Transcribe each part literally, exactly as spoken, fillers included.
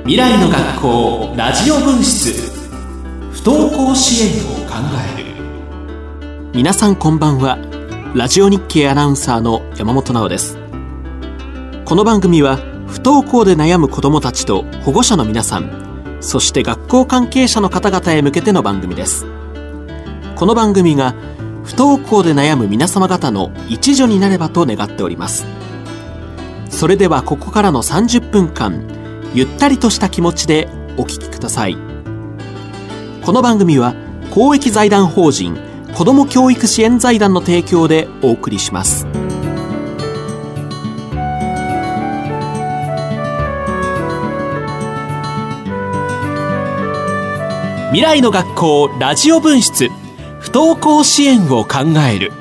未来の学校ラジオ分室、不登校支援を考える。 皆さんこんばんは。ラジオ日経アナウンサーの山本直です。この番組は不登校で悩む子どもたちと保護者の皆さん、そして学校関係者の方々へ向けての番組です。この番組が不登校で悩む皆様方の一助になればと願っております。それではここからのさんじゅっぷんかん、ゆったりとした気持ちでお聞きください。この番組は公益財団法人子ども教育支援財団の提供でお送りします。 未来の学校ラジオ分室、不登校支援を考える。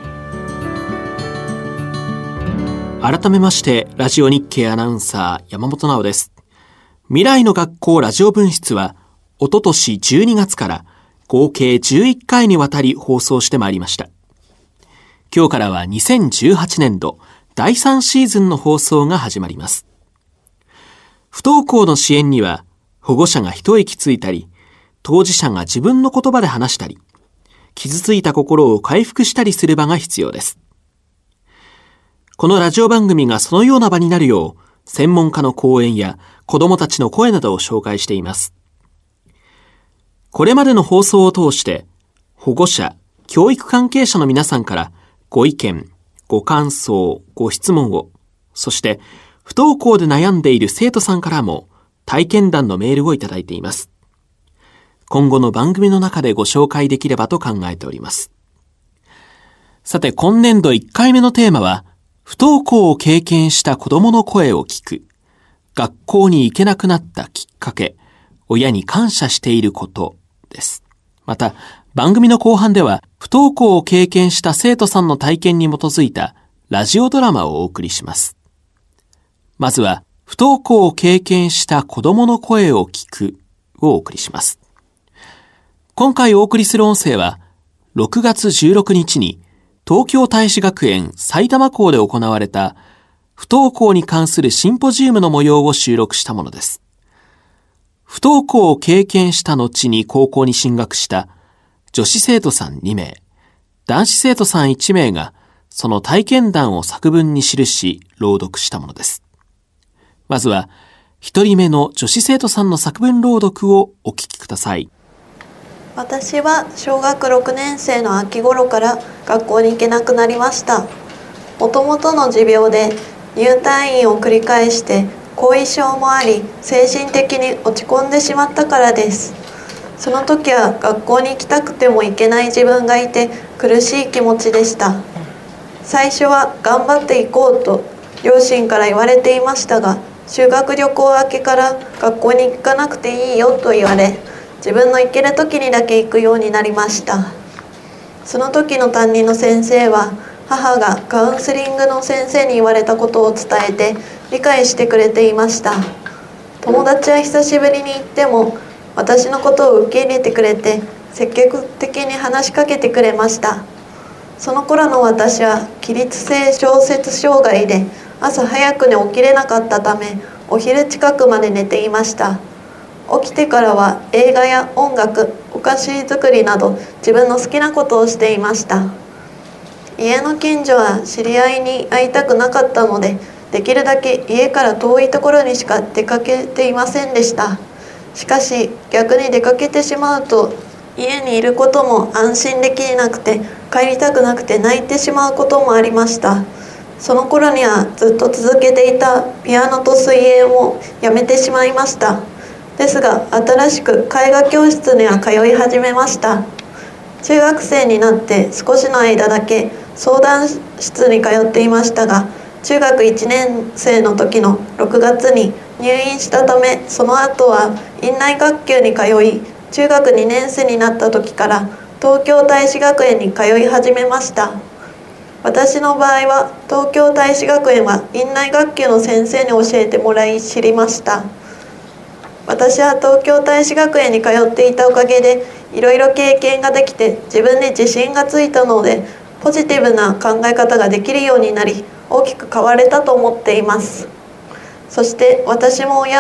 改めましてラジオ日経アナウンサー山本直です。未来の学校ラジオ分室はおととしじゅうにがつから合計じゅういっかいにわたり放送してまいりました。今日からはにせんじゅうはちねんどだいさんシーズンの放送が始まります。不登校の支援には保護者が一息ついたり、当事者が自分の言葉で話したり、傷ついた心を回復したりする場が必要です。このラジオ番組がそのような場になるよう、専門家の講演や子どもたちの声などを紹介しています。これまでの放送を通して、保護者、教育関係者の皆さんからご意見、ご感想、ご質問を、そして不登校で悩んでいる生徒さんからも体験談のメールをいただいています。今後の番組の中でご紹介できればと考えております。さて、今年度いっかいめのテーマは、不登校を経験した子どもの声を聞く、学校に行けなくなったきっかけ、親に感謝していることです。また、番組の後半では、不登校を経験した生徒さんの体験に基づいたラジオドラマをお送りします。まずは、不登校を経験した子どもの声を聞くをお送りします。今回お送りする音声は、ろくがつじゅうろくにちに東京大使学園埼玉校で行われた不登校に関するシンポジウムの模様を収録したものです。不登校を経験した後に高校に進学した女子生徒さんにめい、男子生徒さんいちめいがその体験談を作文に記し朗読したものです。まずはひとりめの女子生徒さんの作文朗読をお聞きください。 私は小学ろくねんせいの秋頃から学校に行けなくなりました。もともとの持病で入退院を繰り返して後遺症もあり、精神的に落ち込んでしまったからです。その時は学校に行きたくても行けない自分がいて苦しい気持ちでした。最初は頑張って行こうと両親から言われていましたが、修学旅行明けから学校に行かなくていいよと言われ、自分の行ける時にだけ行くようになりました。その時の担任の先生は、母がカウンセリングの先生に言われたことを伝えて理解してくれていました。友達は久しぶりに行っても私のことを受け入れてくれて積極的に話しかけてくれました。その頃の私は起立性調節障害で朝早くに起きれなかったため、お昼近くまで寝ていました。起きてからは映画や音楽、お菓子作りなど自分の好きなことをしていました。家の近所は知り合いに会いたくなかったので、できるだけ家から遠いところにしか出かけていませんでした。しかし逆に出かけてしまうと、家にいることも安心できなくて、帰りたくなくて泣いてしまうこともありました。その頃にはずっと続けていたピアノと水泳もやめてしまいました。ですが新しく絵画教室には通い始めました。中学生になって少しの間だけ相談室に通っていましたが、中学いちねんせいの時のろくがつに入院したため、その後は院内学級に通い、中学にねんせいになった時から東京大使学園に通い始めました。私の場合は東京大使学園は院内学級の先生に教えてもらい知りました。私は東京大使学園に通っていたおかげでいろいろ経験ができて、自分に自信がついたので、ポジティブな考え方ができるようになり、大きく変われたと思っています。そして私も親も不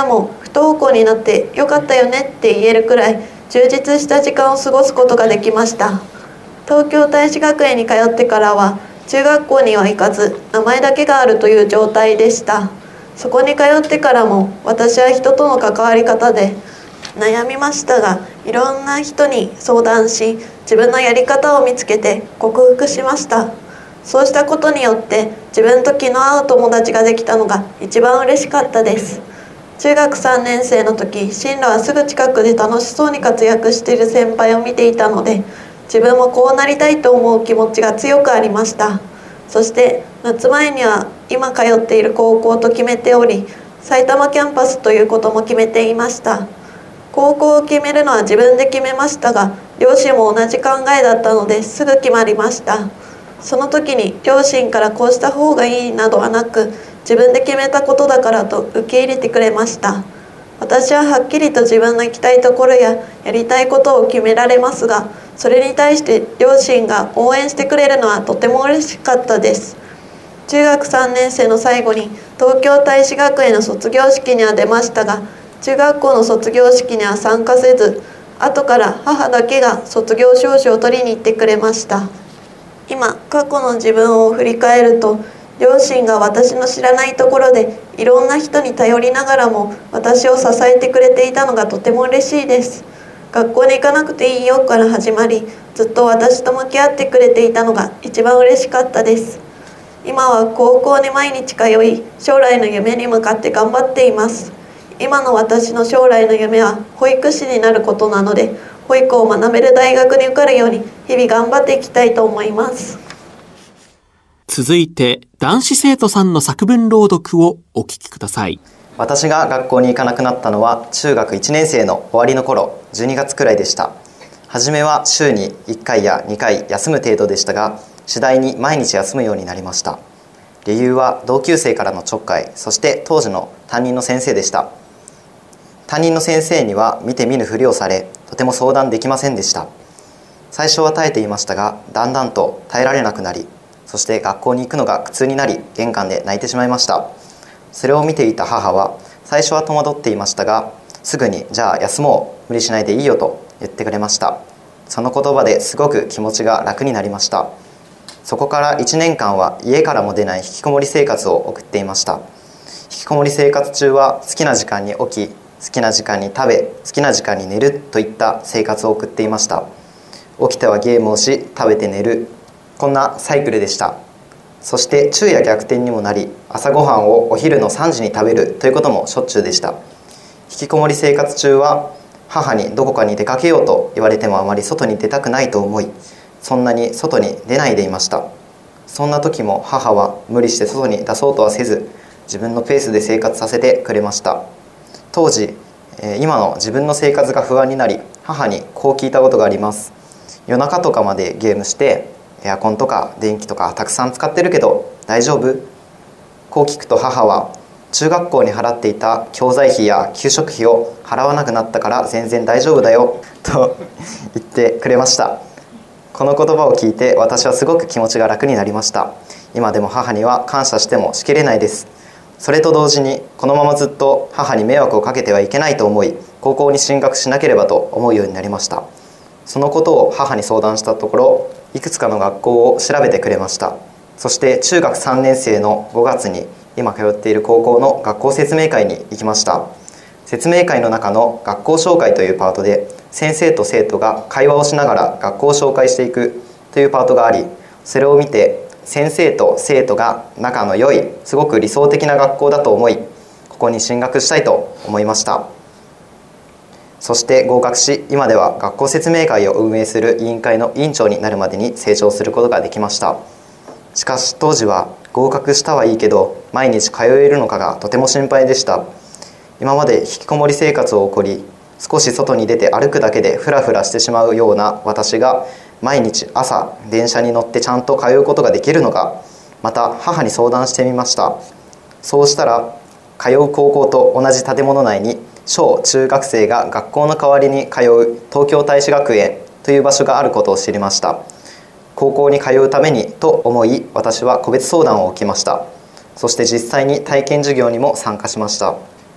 不登校になってよかったよねって言えるくらい充実した時間を過ごすことができました。東京大使学園に通ってからは中学校には行かず名前だけがあるという状態でした。そこに通ってからも私は人との関わり方で悩みましたが、いろんな人に相談し自分のやり方を見つけて克服しました。そうしたことによって自分と気の合う友達ができたのが一番嬉しかったです。中学さんねん生の時、進路はすぐ近くで楽しそうに活躍している先輩を見ていたので、自分もこうなりたいと思う気持ちが強くありました。そして夏前には今通っている高校と決めており、埼玉キャンパスということも決めていました。高校を決めるのは自分で決めましたが、両親も同じ考えだったのですぐ決まりました。その時に両親からこうした方がいいなどはなく、自分で決めたことだからと受け入れてくれました。私ははっきりと自分の行きたいところややりたいことを決められますが、それに対して両親が応援してくれるのはとても嬉しかったです。中学さんねん生の最後に東京大使学園の卒業式には出ましたが、中学校の卒業式には参加せず、後から母だけが卒業証書を取りに行ってくれました。今過去の自分を振り返ると、両親が私の知らないところでいろんな人に頼りながらも私を支えてくれていたのがとても嬉しいです。学校に行かなくていいよから始まり、ずっと私と向き合ってくれていたのが一番嬉しかったです。今は高校に毎日通い、将来の夢に向かって頑張っています。今の私の将来の夢は保育士になることなので、保育を学べる大学に受かるように日々頑張っていきたいと思います。 続いて男子生徒さんの作文朗読をお聞きください。 私が学校に行かなくなったのは中学いちねん生の終わりの頃、じゅうにがつくらいでした。初めは週にいっかいやにかい休む程度でしたが、次第に毎日休むようになりました。理由は同級生からのちょっかい、そして当時の担任の先生でした。担任の先生には見て見ぬふりをされ、とても相談できませんでした。最初は耐えていましたが、だんだんと耐えられなくなり、そして学校に行くのが苦痛になり、玄関で泣いてしまいました。それを見ていた母は最初は戸惑っていましたが、すぐにじゃあ休もう、無理しないでいいよと言ってくれました。その言葉ですごく気持ちが楽になりました。そこからいちねんかんは家からも出ない引きこもり生活を送っていました。引きこもり生活中は好きな時間に起き、好きな時間に食べ、好きな時間に寝るといった生活を送っていました。起きてはゲームをし、食べて寝る、こんなサイクルでした。そして昼夜逆転にもなり、朝ごはんをお昼のさんじに食べるということもしょっちゅうでした。引きこもり生活中は母にどこかに出かけようと言われてもあまり外に出たくないと思い、そんなに外に出ないでいました。そんな時も母は無理して外に出そうとはせず、自分のペースで生活させてくれました。当時、今の自分の生活が不安になり、母にこう聞いたことがあります。夜中とかまでゲームして、エアコンとか電気とかたくさん使ってるけど大丈夫？こう聞くと母は、中学校に払っていた教材費や給食費を払わなくなったから全然大丈夫だよと言ってくれました。この言葉を聞いて私はすごく気持ちが楽になりました。今でも母には感謝してもしきれないです。それと同時にこのままずっと母に迷惑をかけてはいけないと思い、高校に進学しなければと思うようになりました。そのことを母に相談したところ、いくつかの学校を調べてくれました。そして中学さんねん生のごがつに今通っている高校の学校説明会に行きました。説明会の中の学校紹介というパートで、先生と生徒が会話をしながら学校を紹介していくというパートがあり、それを見て先生と生徒が仲の良い、すごく理想的な学校だと思い、ここに進学したいと思いました。そして合格し、今では学校説明会を運営する委員会の委員長になるまでに成長することができました。しかし当時は合格したはいいけど毎日通えるのかがとても心配でした。今まで引きこもり生活を送り、少し外に出て歩くだけでフラフラしてしまうような私が毎日朝電車に乗ってちゃんと通うことができるのか、また母に相談してみました。そうしたら、通う高校と同じ建物内に小中学生が学校の代わりに通う東京大使学園という場所があることを知りました。高校に通うためにと思い、私は個別相談を受けました。そして実際に体験授業にも参加しました。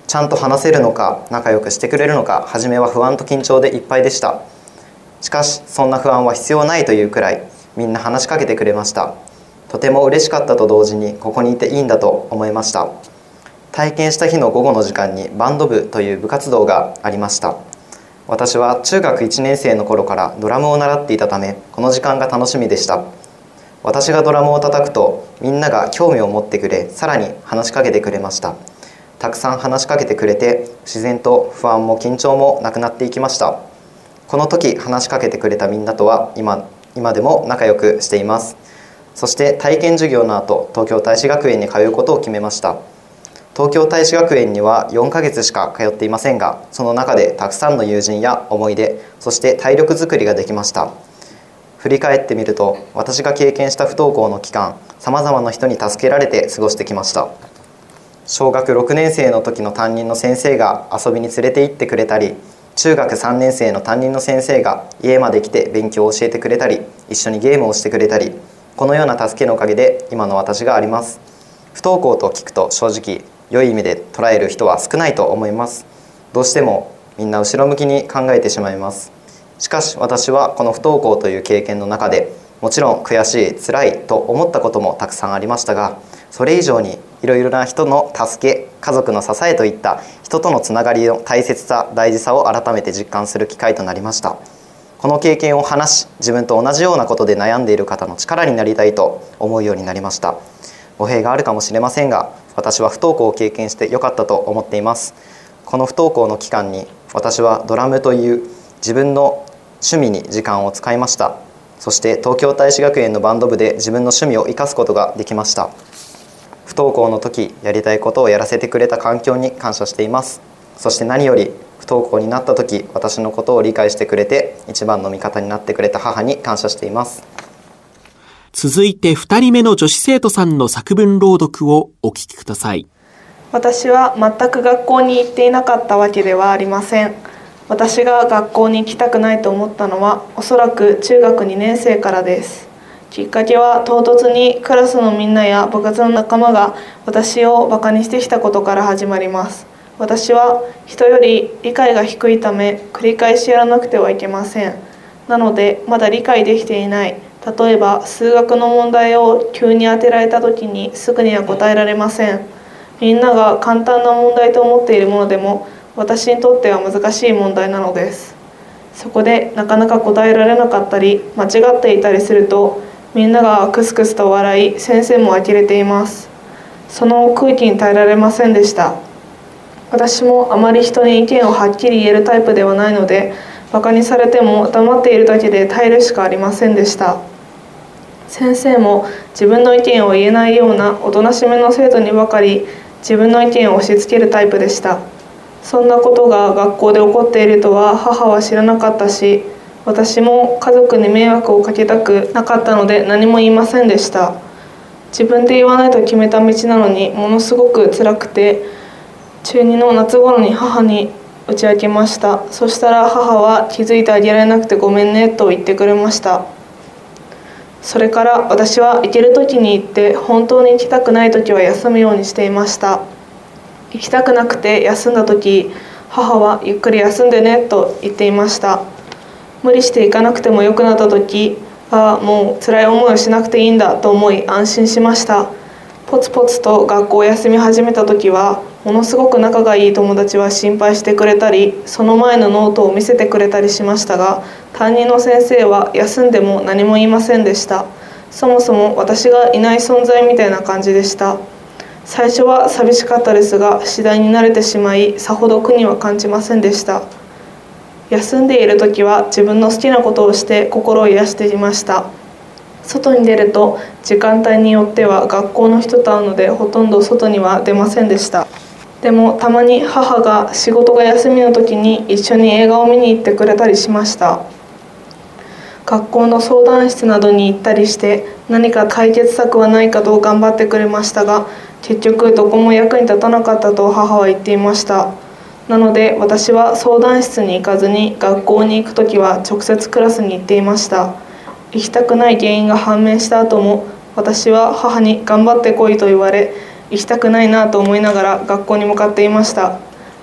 ちゃんと話せるのか、仲良くしてくれるのか、初めは不安と緊張でいっぱいでした。しかしそんな不安は必要ないというくらい、みんな話しかけてくれました。とても嬉しかったと同時に、ここにいていいんだと思いました。体験した日の午後の時間にバンド部という部活動がありました。私は中学いちねん生の頃からドラムを習っていたため、この時間が楽しみでした。私がドラムを叩くと、みんなが興味を持ってくれ、さらに話しかけてくれました。たくさん話しかけてくれて、自然と不安も緊張もなくなっていきました。この時話しかけてくれたみんなとは今、今でも仲良くしています。そして体験授業の後、東京大使学園に通うことを決めました。東京大使学園にはよんかげつしか通っていませんが、その中でたくさんの友人や思い出、そして体力づくりができました。振り返ってみると、私が経験した不登校の期間、さまざまな人に助けられて過ごしてきました。小学ろくねん生の時の担任の先生が遊びに連れて行ってくれたり、中学さんねん生の担任の先生が家まで来て勉強を教えてくれたり、一緒にゲームをしてくれたり、このような助けのおかげで今の私があります。不登校と聞くと正直良い意味で捉える人は少ないと思います。どうしてもみんな後ろ向きに考えてしまいます。しかし私はこの不登校という経験の中で、もちろん悔しい、辛いと思ったこともたくさんありましたが、それ以上にいろいろな人の助け、家族の支えといった人とのつながりの大切さ、大事さを改めて実感する機会となりました。この経験を話し、自分と同じようなことで悩んでいる方の力になりたいと思うようになりました。語弊があるかもしれませんが、私は不登校を経験してよかったと思っています。この不登校の期間に、私はドラムという自分の趣味に時間を使いました。そして東京大使学園のバンド部で自分の趣味を生かすことができました。不登校の時、やりたいことをやらせてくれた環境に感謝しています。そして何より不登校になった時、私のことを理解してくれて一番の味方になってくれた母に感謝しています。 続いてふたりめの女子生徒さんの作文朗読をお聞きください。 私は全く学校に行っていなかったわけではありません。私が学校に行きたくないと思ったのは、おそらく中学にねん生からです。きっかけは唐突にクラスのみんなや部活の仲間が私をバカにしてきたことから始まります。私は人より理解が低いため、繰り返しやらなくてはいけません。なのでまだ理解できていない、例えば数学の問題を急に当てられた時にすぐには答えられません。みんなが簡単な問題と思っているものでも、私にとっては難しい問題なのです。そこでなかなか答えられなかったり間違っていたりすると、みんながクスクスと笑い、先生も呆れています。その空気に耐えられませんでした。私もあまり人に意見をはっきり言えるタイプではないので、バカにされても黙っているだけで耐えるしかありませんでした。先生も自分の意見を言えないようなおとなしめの生徒にばかり自分の意見を押し付けるタイプでした。そんなことが学校で起こっているとは母は知らなかったし、私も家族に迷惑をかけたくなかったので何も言いませんでした。自分で言わないと決めた道なのにものすごく辛くて、中にの夏頃に母に打ち明けました。そしたら母は気づいてあげられなくてごめんねと言ってくれました。それから私は行ける時に行って、本当に行きたくない時は休むようにしていました。行きたくなくて休んだ時、母はゆっくり休んでねと言っていました。無理して行かなくてもよくなった時、ああもう辛い思いをしなくていいんだと思い安心しました。ポツポツと学校を休み始めた時は、ものすごく仲がいい友達は心配してくれたり、その前のノートを見せてくれたりしましたが、担任の先生は休んでも何も言いませんでした。そもそも私がいない存在みたいな感じでした。最初は寂しかったですが、次第に慣れてしまい、さほど苦には感じませんでした。休んでいる時は自分の好きなことをして心を癒していました。外に出ると時間帯によっては学校の人と会うので、ほとんど外には出ませんでした。でもたまに母が仕事が休みの時に一緒に映画を見に行ってくれたりしました。学校の相談室などに行ったりして何か解決策はないかと頑張ってくれましたが、結局どこも役に立たなかったと母は言っていました。なので私は相談室に行かずに、学校に行く時は直接クラスに行っていました。行きたくない原因が判明した後も、私は母に頑張ってこいと言われ、行きたくないなと思いながら学校に向かっていました。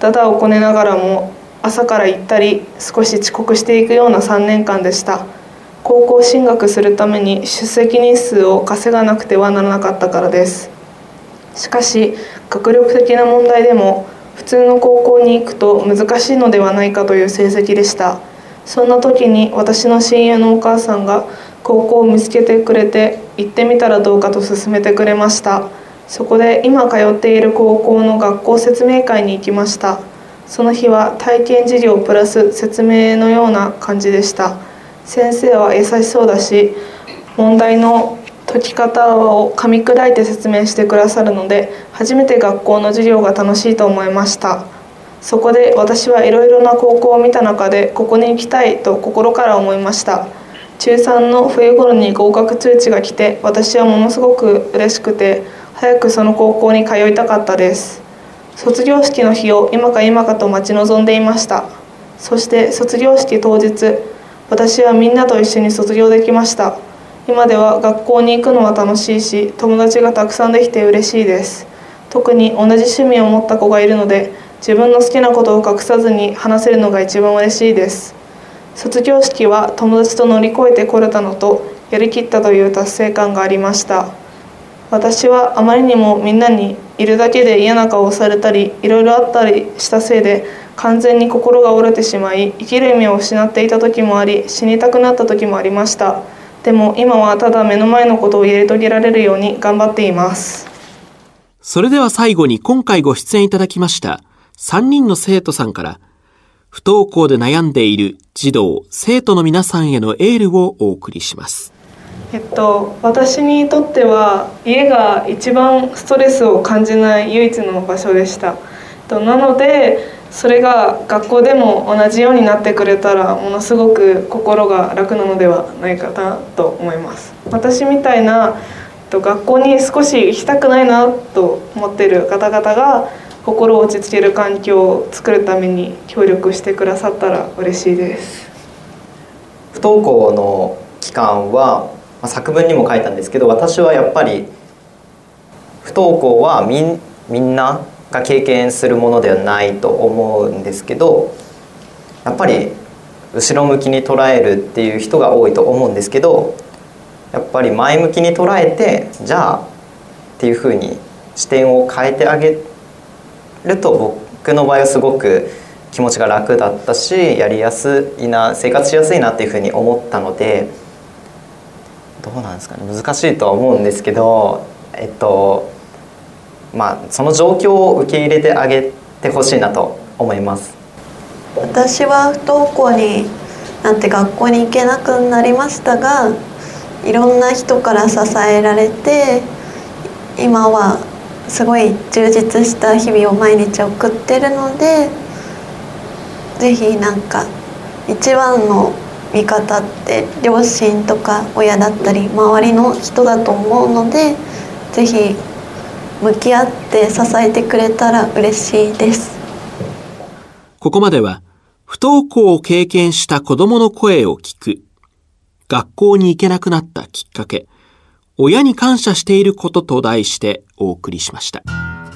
だだをこねながらも朝から行ったり少し遅刻していくようなさんねんかんでした。高校進学するために出席日数を稼がなくてはならなかったからです。しかし学力的な問題でも普通の高校に行くと難しいのではないかという成績でした。そんな時に私の親友のお母さんが高校を見つけてくれて行ってみたらどうかと勧めてくれました。そこで今通っている高校の学校説明会に行きました。その日は体験授業プラス説明のような感じでした。先生は優しそうだし、問題の解き方を噛み砕いて説明してくださるので、初めて学校の授業が楽しいと思いました。そこで私はいろいろな高校を見た中でここに行きたいと心から思いました。中さんの冬頃に合格通知が来て、私はものすごく嬉しくて早くその高校に通いたかったです。卒業式の日を今か今かと待ち望んでいました。そして卒業式当日、私はみんなと一緒に卒業できました。今では学校に行くのは楽しいし、友達がたくさんできて嬉しいです。特に同じ趣味を持った子がいるので、自分の好きなことを隠さずに話せるのが一番嬉しいです。卒業式は友達と乗り越えてこれたのと、やりきったという達成感がありました。私はあまりにもみんなにいるだけで嫌な顔をされたり、いろいろあったりしたせいで完全に心が折れてしまい、生きる意味を失っていた時もあり、死にたくなった時もありました。でも今はただ目の前のことをやり遂げられるように頑張っています。 それでは最後に今回ご出演いただきましたさんにんの生徒さんから、不登校で悩んでいる児童生徒の皆さんへのエールをお送りします。 えっと、私にとっては家が一番ストレスを感じない唯一の場所でした。なのでそれが学校でも同じようになってくれたらものすごく心が楽なのではないかなと思います。私みたいな学校に少し行きたくないなと思っている方々が心を落ち着ける環境を作るために協力してくださったら嬉しいです。 不登校の期間は作文にも書いたんですけど、私はやっぱり不登校はみん、みんなが経験するものではないと思うんですけど、やっぱり後ろ向きに捉えるっていう人が多いと思うんですけど、やっぱり前向きに捉えて、じゃあっていうふうに視点を変えてあげると、僕の場合はすごく気持ちが楽だったし、やりやすいな、生活しやすいなっていうふうに思ったので、どうなんですかね、難しいとは思うんですけど、えっとまあその状況を受け入れてあげてほしいなと思います。 私は不登校になって学校に行けなくなりましたが、いろんな人から支えられて今はすごい充実した日々を毎日送ってるので、ぜひなんか一番の味方って両親とか親だったり周りの人だと思うので、ぜひ向き合って支えてくれたら嬉しいです。 ここまでは不登校を経験した子どもの声を聞く、学校に行けなくなったきっかけ、親に感謝していることと題してお送りしました。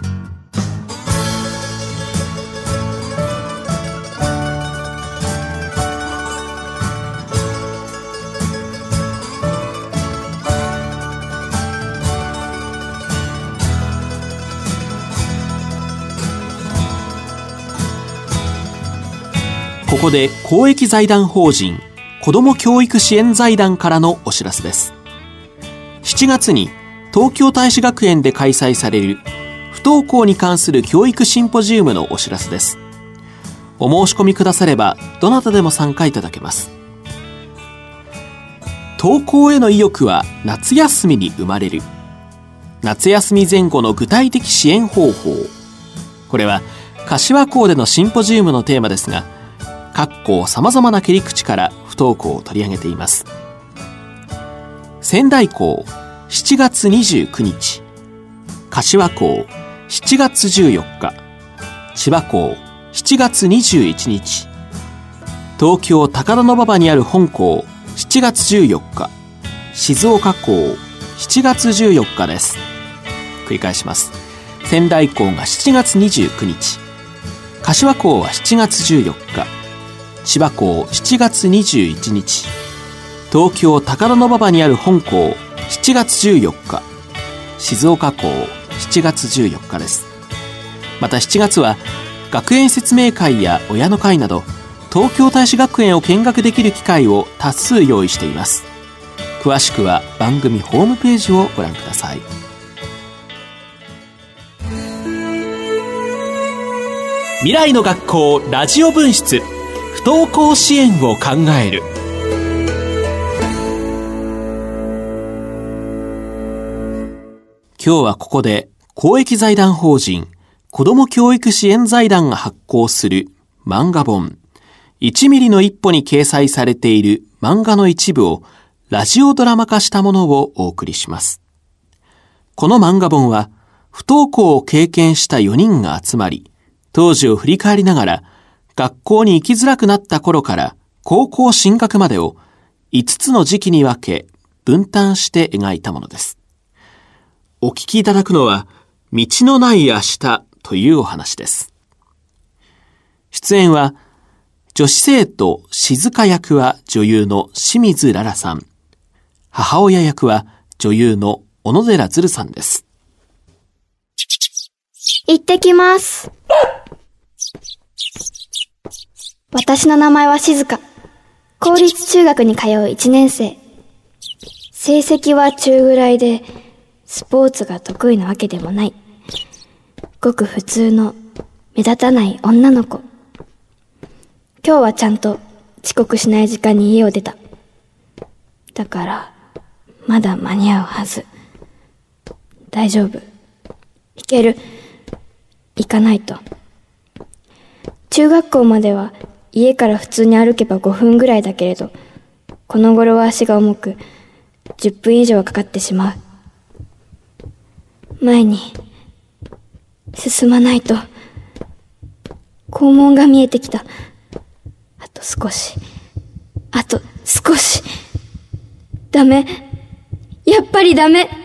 ここで公益財団法人子ども教育支援財団からのお知らせです。しちがつに東京大使学園で開催される不登校に関する教育シンポジウムのお知らせです。お申し込みくださればどなたでも参加いただけます。登校への意欲は夏休みに生まれる。夏休み前後の具体的支援方法。これは柏校でのシンポジウムのテーマですが、各校さまざまな切り口から不登校を取り上げています。仙台校しちがつにじゅうくにち、柏校しちがつじゅうよっか、千葉校しちがつにじゅういちにち、東京高田馬場にある本校しちがつじゅうよっか、静岡校しちがつじゅうよっかです。繰り返します。仙台校がしちがつにじゅうくにち、 柏校はしちがつじゅうよっか、千葉校しちがつにじゅういちにち、東京高田馬場にある本校しちがつじゅうよっか、静岡校しちがつじゅうよっかです。またしちがつは学園説明会や親の会など東京大使学園を見学できる機会を多数用意しています。詳しくは番組ホームページをご覧ください。 未来の学校ラジオ分室、不登校支援を考える。 今日はここで公益財団法人子ども教育支援財団が発行する漫画本いちミリの一歩に掲載されている漫画の一部をラジオドラマ化したものをお送りします。この漫画本は不登校を経験したよにんが集まり、当時を振り返りながら学校に行きづらくなった頃から高校進学までをいつつの時期に分け分担して描いたものです。お聞きいただくのは道のない明日というお話です。出演は女子生徒静香役は女優の清水ララさん、母親役は女優の小野寺ずるさんです。 行ってきます。私の名前は静香。公立中学に通ういちねんせい。成績は中ぐらいで、スポーツが得意なわけでもない。ごく普通の目立たない女の子。今日はちゃんと遅刻しない時間に家を出た。だから、まだ間に合うはず。大丈夫。行ける。行かないと。中学校までは家から普通に歩けばごふんぐらいだけれど、この頃は足が重く、じゅっぷん以上はかかってしまう。前に、進まないと。校門が見えてきた。あと少し。あと少し。ダメ。やっぱりダメ。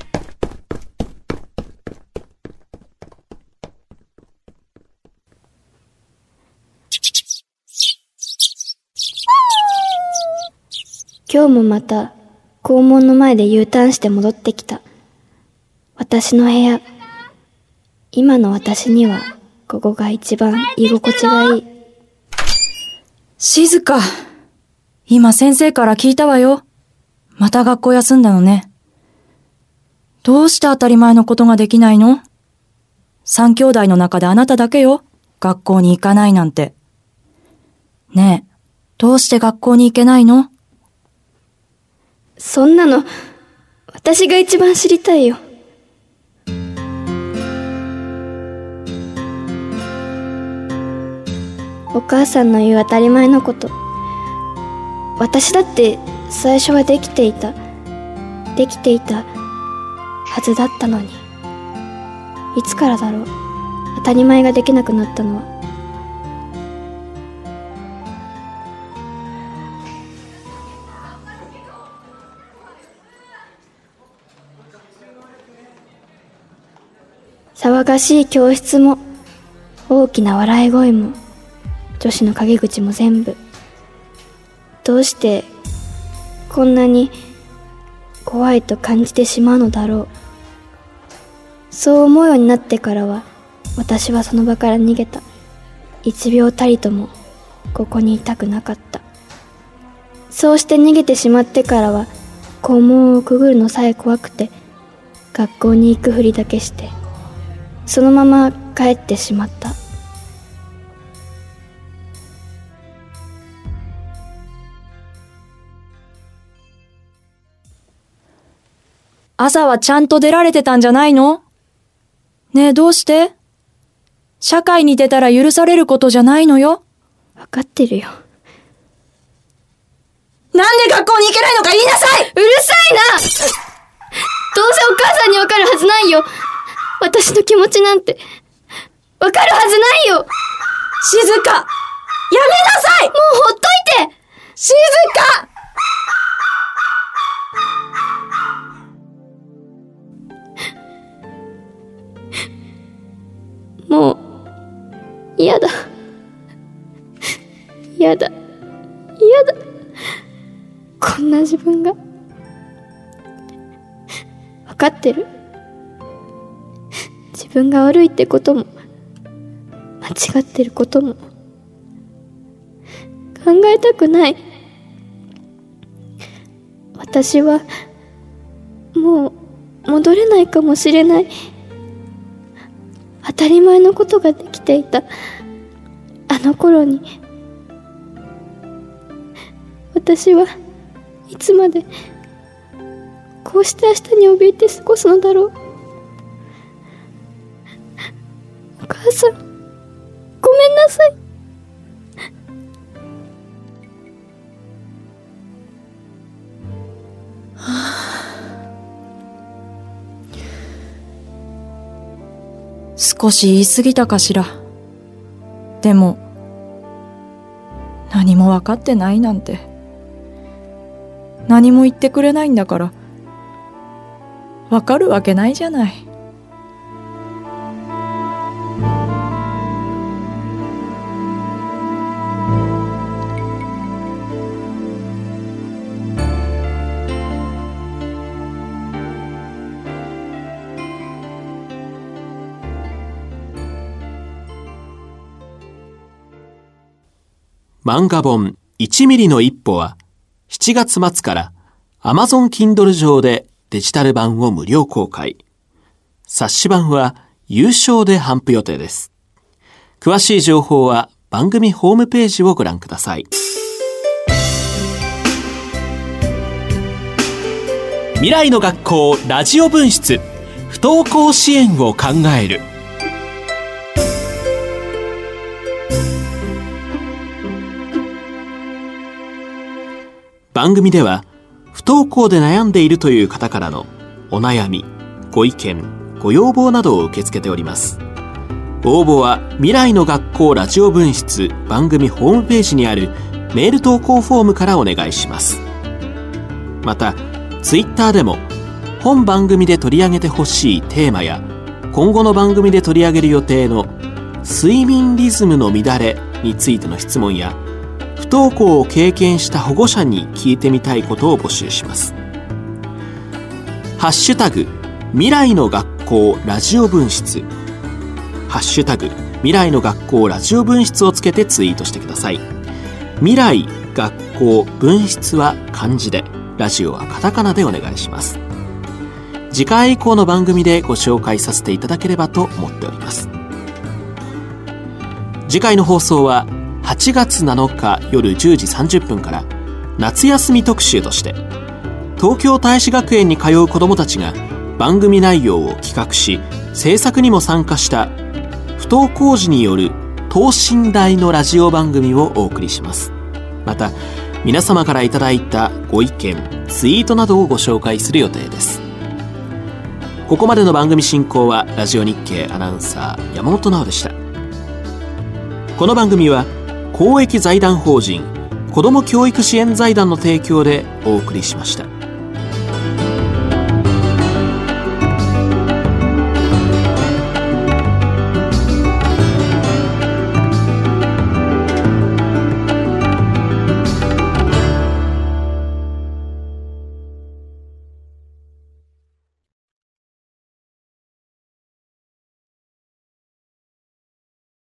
今日もまた校門の前で U ターンして戻ってきた。私の部屋。今の私にはここが一番居心地がいい。 静か。今先生から聞いたわよ。また学校休んだのね。どうして当たり前のことができないの？三兄弟の中であなただけよ。学校に行かないなんて。ねえ、どうして学校に行けないの？ そんなの、私が一番知りたいよ。お母さんの言う当たり前のこと。私だって最初はできていた。できていたはずだったのに。いつからだろう、当たり前ができなくなったのは。騒がしい教室も、大きな笑い声も、女子の陰口も全部。どうしてこんなに怖いと感じてしまうのだろう。そう思うようになってからは、私はその場から逃げた。一秒たりともここにいたくなかった。そうして逃げてしまってからは、校門をくぐるのさえ怖くて、学校に行くふりだけしてそのまま帰ってしまった。 朝はちゃんと出られてたんじゃないの？ねえ、どうして？社会に出たら許されることじゃないのよ。 わかってるよ。 なんで学校に行けないのか言いなさい！ うるさいな！どうせお母さんにわかるはずないよ。私の気持ちなんてわかるはずないよ。 静香、やめなさい！もうほっといて！ 静香！ もう嫌だ。嫌だ。嫌だ。こんな自分が。わかってる。自分が悪いってことも、間違ってることも、考えたくない。私は、もう、戻れないかもしれない。当たり前のことができていた、あの頃に。私はいつまで、こうして明日に怯えて過ごすのだろう。お母さん、ごめんなさい。 少し言い過ぎたかしら。でも、何も分かってないなんて。何も言ってくれないんだから、分かるわけないじゃない。 漫画本いちミリの一歩はしちがつ末から Amazon Kindle 上でデジタル版を無料公開。冊子版は有償で頒布予定です。詳しい情報は番組ホームページをご覧ください。 未来の学校ラジオ分室、不登校支援を考える。 番組では不登校で悩んでいるという方からのお悩み、ご意見、ご要望などを受け付けております。応募は未来の学校ラジオ分室番組ホームページにあるメール投稿フォームからお願いします。またツイッターでも本番組で取り上げてほしいテーマや今後の番組で取り上げる予定の睡眠リズムの乱れについての質問や不登校を経験した保護者に聞いてみたいことを募集します。ハッシュタグ未来の学校ラジオ分室、ハッシュタグ未来の学校ラジオ分室をつけてツイートしてください。未来学校分室は漢字で、ラジオはカタカナでお願いします。次回以降の番組でご紹介させていただければと思っております。次回の放送ははちがつなのか夜じゅうじさんじゅっぷんから夏休み特集として東京大使学園に通う子どもたちが番組内容を企画し制作にも参加した不登校児による等身大のラジオ番組をお送りします。また皆様からいただいたご意見、ツイートなどをご紹介する予定です。ここまでの番組進行はラジオ日経アナウンサー山本直でした。この番組は公益財団法人子ども教育支援財団の提供でお送りしました。